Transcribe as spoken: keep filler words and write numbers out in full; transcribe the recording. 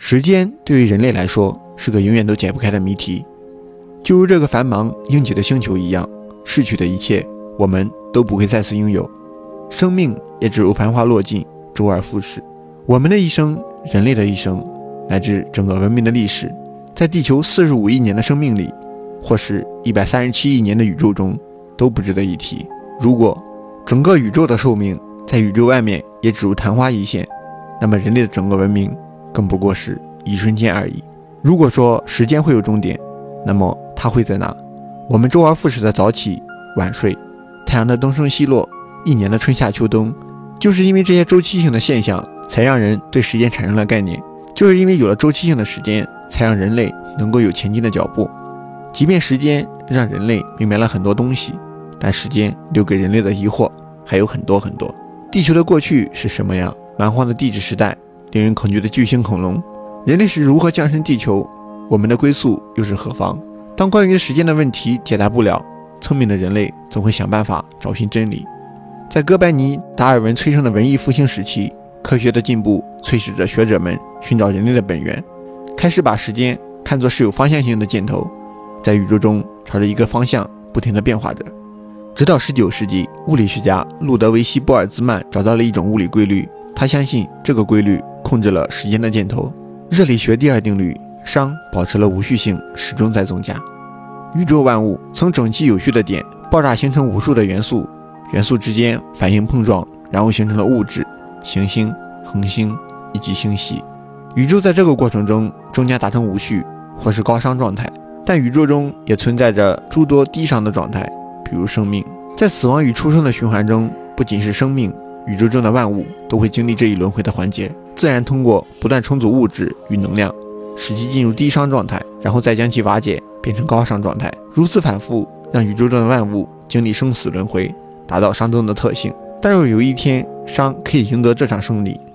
时间对于人类来说是个永远都解不开的谜题，就如这个繁忙拥挤的星球一样，逝去的一切我们都不会再次拥有，生命也只如繁花落尽，周而复始。我们的一生，人类的一生，乃至整个文明的历史，在地球四十五亿年的生命里，或是一百三十七亿年的宇宙中，都不值得一提。如果整个宇宙的寿命在宇宙外面也只如昙花一现，那么人类的整个文明更不过是一瞬间而已。如果说时间会有终点，那么它会在哪？我们周而复始的早起晚睡，太阳的东升西落，一年的春夏秋冬，就是因为这些周期性的现象，才让人对时间产生了概念。就是因为有了周期性的时间，才让人类能够有前进的脚步。即便时间让人类明白了很多东西，但时间留给人类的疑惑还有很多很多。地球的过去是什么样？蛮荒的地质时代，令人恐惧的巨型恐龙，人类是如何降生地球？我们的归宿又是何方？当关于时间的问题解答不了，聪明的人类总会想办法找寻真理。在哥白尼、达尔文催生的文艺复兴时期，科学的进步催使着学者们寻找人类的本源，开始把时间看作是有方向性的箭头，在宇宙中朝着一个方向不停地变化着。直到十九世纪，物理学家路德维希·波尔兹曼找到了一种物理规律，他相信这个规律控制了时间的箭头。热力学第二定律，熵保持了无序性，始终在增加。宇宙万物从整齐有序的点爆炸形成无数的元素，元素之间反应碰撞，然后形成了物质、行星、恒星以及星系。宇宙在这个过程中终将达成无序或是高熵状态，但宇宙中也存在着诸多低熵的状态，比如生命。在死亡与出生的循环中，不仅是生命，宇宙中的万物都会经历这一轮回的环节。自然通过不断重组物质与能量，使其进入低熵状态，然后再将其瓦解变成高熵状态，如此反复，让宇宙中的万物经历生死轮回，达到熵增的特性。但若有一天熵可以赢得这场胜利，